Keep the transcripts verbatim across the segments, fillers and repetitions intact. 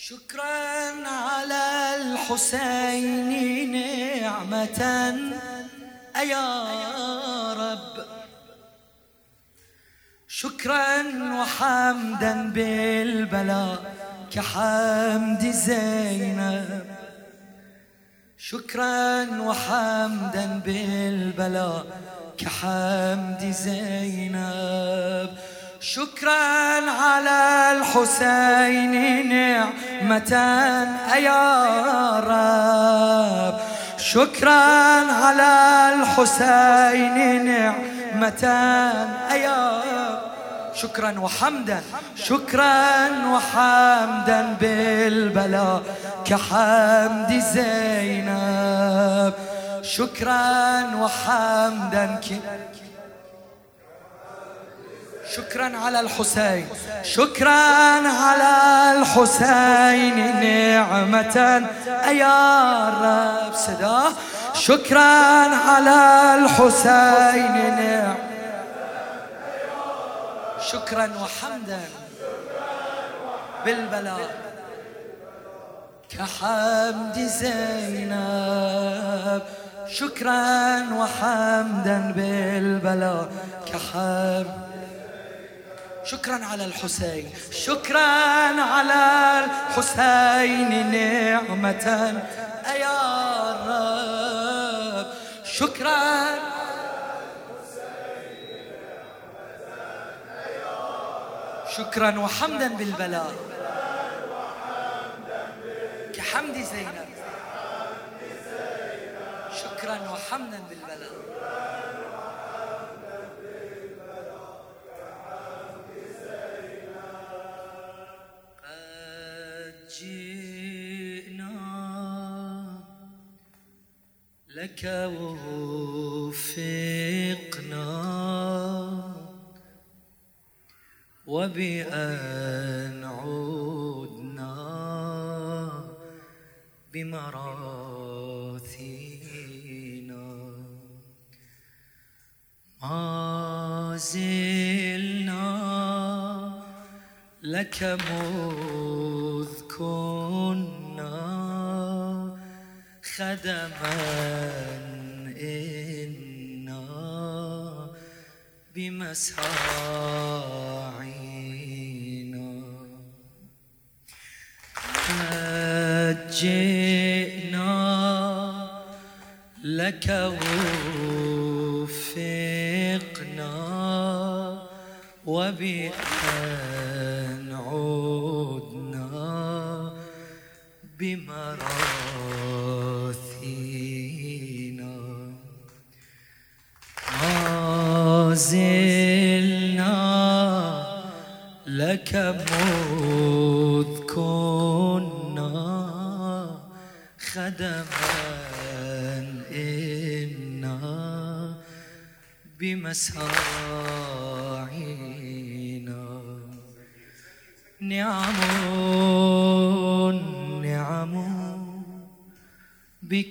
شكرا على الحسين نعمة يا رب، شكرا وحمدا بالبلاء كحمد زينب، شكرا وحمدا بالبلاء كحمد زينب، شكرا على الحسين نعمة يا رب، شكرا على الحسين نعمة يا رب، شكرا وحمدا شكرا وحمدا بالبلاء كحمد زينب، شكرا وحمدا ك شكرا على الحسين، شكرا على الحسين نعمة يا رب صدا، شكرا على الحسين نعمة، شكرا وحمدا بالبلاء كحمد زينب، شكرا وحمدا بالبلاء كحمد، شكرا على الحسين، شكرا على الحسين نعمة يا رب، شكرا على الحسين نعمة يا رب، شكرا وحمدا بالبلاء كحمد زينب، شكرا وحمدا بالبلاء. جئنا لك ووفقنا وبأن عدنا بمراثينا، ما زلنا لك مذ كنا خدما إنا بمساعينا، قد جئنا لك وفقنا وبأن عدنا بمراثينا، ما زلنا لك مذ كنا خدما إنا بمساعينا، نعم نعم بك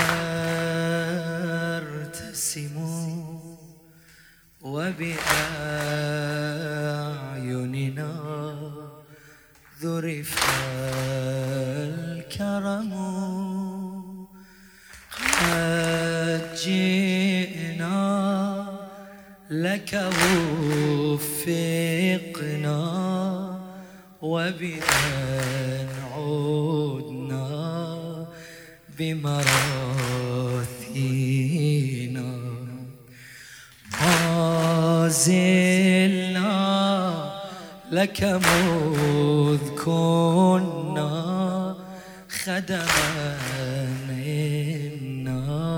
ترتسم وبأعيننا ذرف الكرم، قد جئنا لك وفقنا وبأن عدنا بمراثينا، ما زلنا لك مذ كنا خدما إنا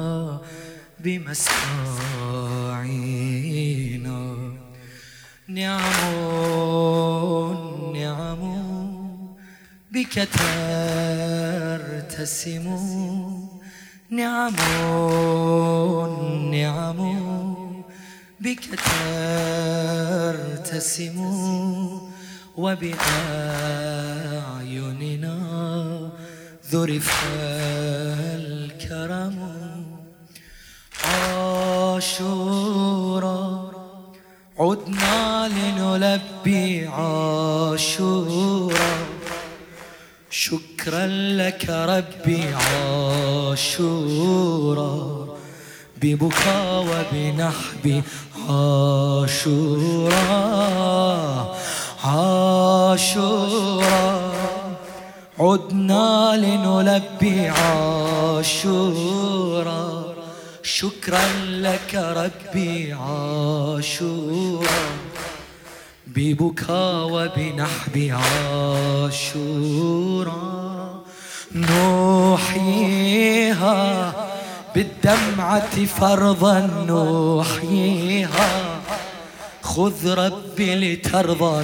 بمساعينا، نعم نعم بك ترتسم، نعم نعم بك ترتسم وبأعيننا ذرف الكرم، عاشورا عدنا لنلبي عاشورا، شكرا لك ربي عاشورا ببكا وبنحب عاشورا عاشورا عدنا لنلبي عاشورا شكرا لك ربي عاشورا ببكا وبنحب عاشورا نحييها بالدمعة فرضا نحييها خذ ربي لترضى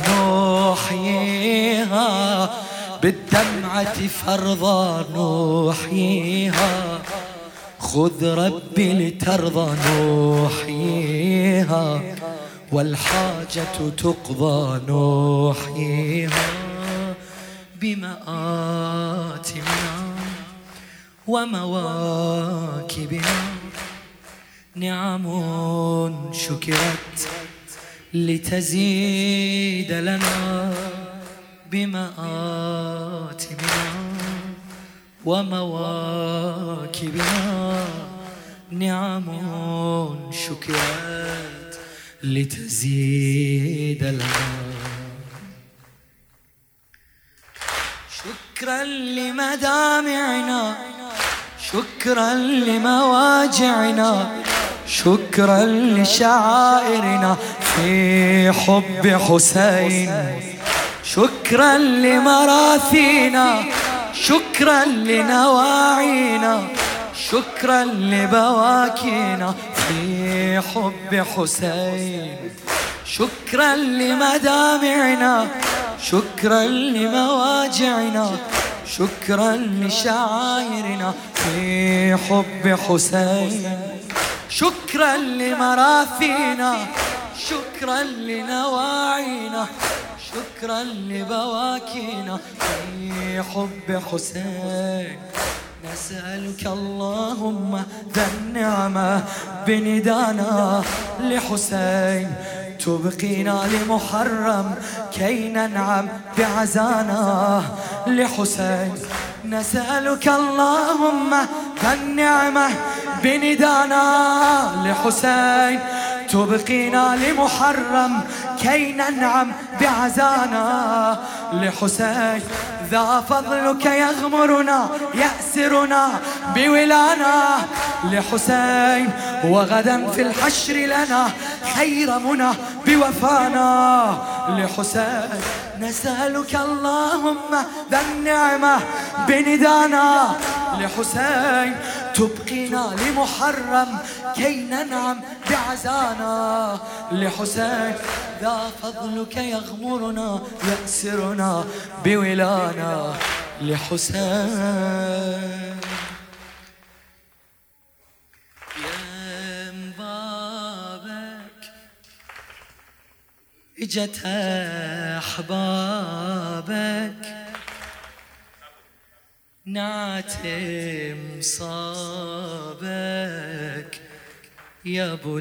نحييها بالدمعة فرضا نحييها خذ ربي لترضى نحييها والحاجة تقضى نحييها بمآتمنا ومواكبنا نعم شكرت لتزيد لنا بمآتمنا ومواكبنا نعم شكرت لتزيد لنا شكرا لمدامعنا شكرا لمواجعنا شكرا لشعائرنا في حب حسين شكرا لمراثينا شكرا لنواعينا شكرا لبواكينا في حب حسين شكرا لمدامعنا شكرا لمواجعنا شكرا لشعائرنا في حب حسين شكرا لمراثينا شكرا لنواعينا شكرا لبواكينا في حب حسين نسألك اللهم ذا النعمة بندانا لحسين تبقينا لمحرم كي ننعم بعزانا لحسين نسألك اللهم ذا النعمة بندانا لحسين تبقينا لمحرم كي ننعم بعزانا لحسين ذا فضلك يغمرنا يأسرنا بولانا لحسين وغدا في الحشر لنا خير منى بوفانا لحسين نسألك اللهم ذا النعمة بندانا لحسين تبقينا لمحرم كي ننعم بعزانا لحسين ذا فضلك يغمرنا يأسرنا بولانا لحسين يم بابك اجت احبابك نعتم صابك يا ابو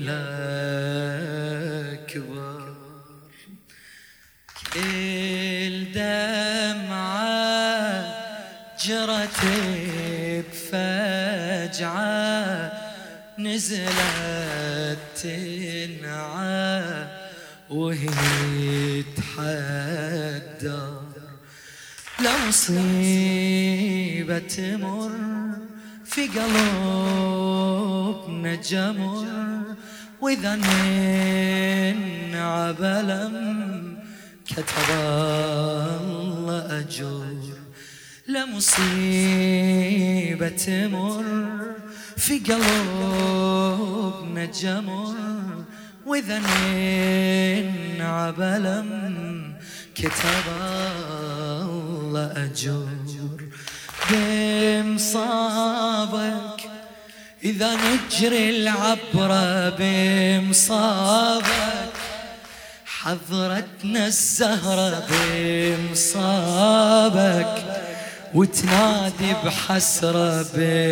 الاكبر كل دمعة جرت بفجعة نزلت تنعى وهي تحدى لمصيبة تمر في قلوبنا جمر وإذا ننعب لم كتب الله أجر لمصيبة تمر في قلوبنا جمر وإذا ننعب لم كتب الله أجر بمصابك إذا نجري العبرة بمصابك حضرتنا الزهرة بمصابك وتنادي بحسرة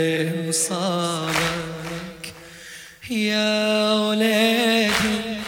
بمصابك يا وليدي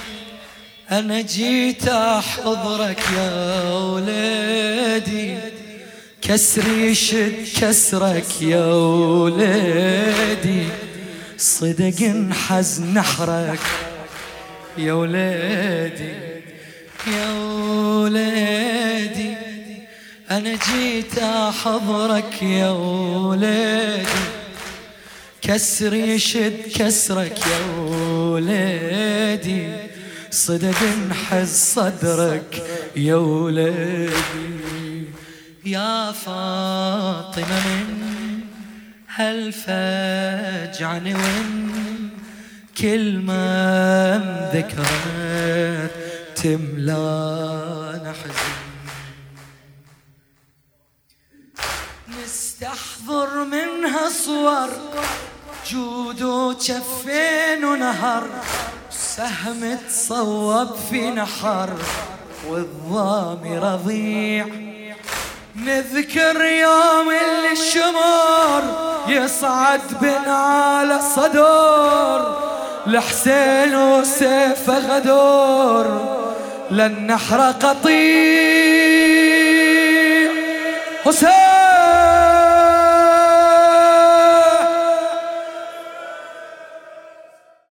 أنا جيت أحضرك يا وليدي كسري يشد كسرك يا وليدي، صدق انحز نحرك يا وليدي يا وليدي. أنا جيت أحضرك يا وليدي، كسري يشد كسرك يا وليدي، صدق انحز صدرك يا وليدي. يا فاطمة من هالفجعني وين كل ما انذكرت تملانا حزن، نستحضر منها صور جود وجفين ونهر، سهم تصوب في نحر والضامي رضيع. نذكر يوم اللي الشمر يصعد بنعال صدور، لحسين وسيف غدور للنحر قطيع. حسين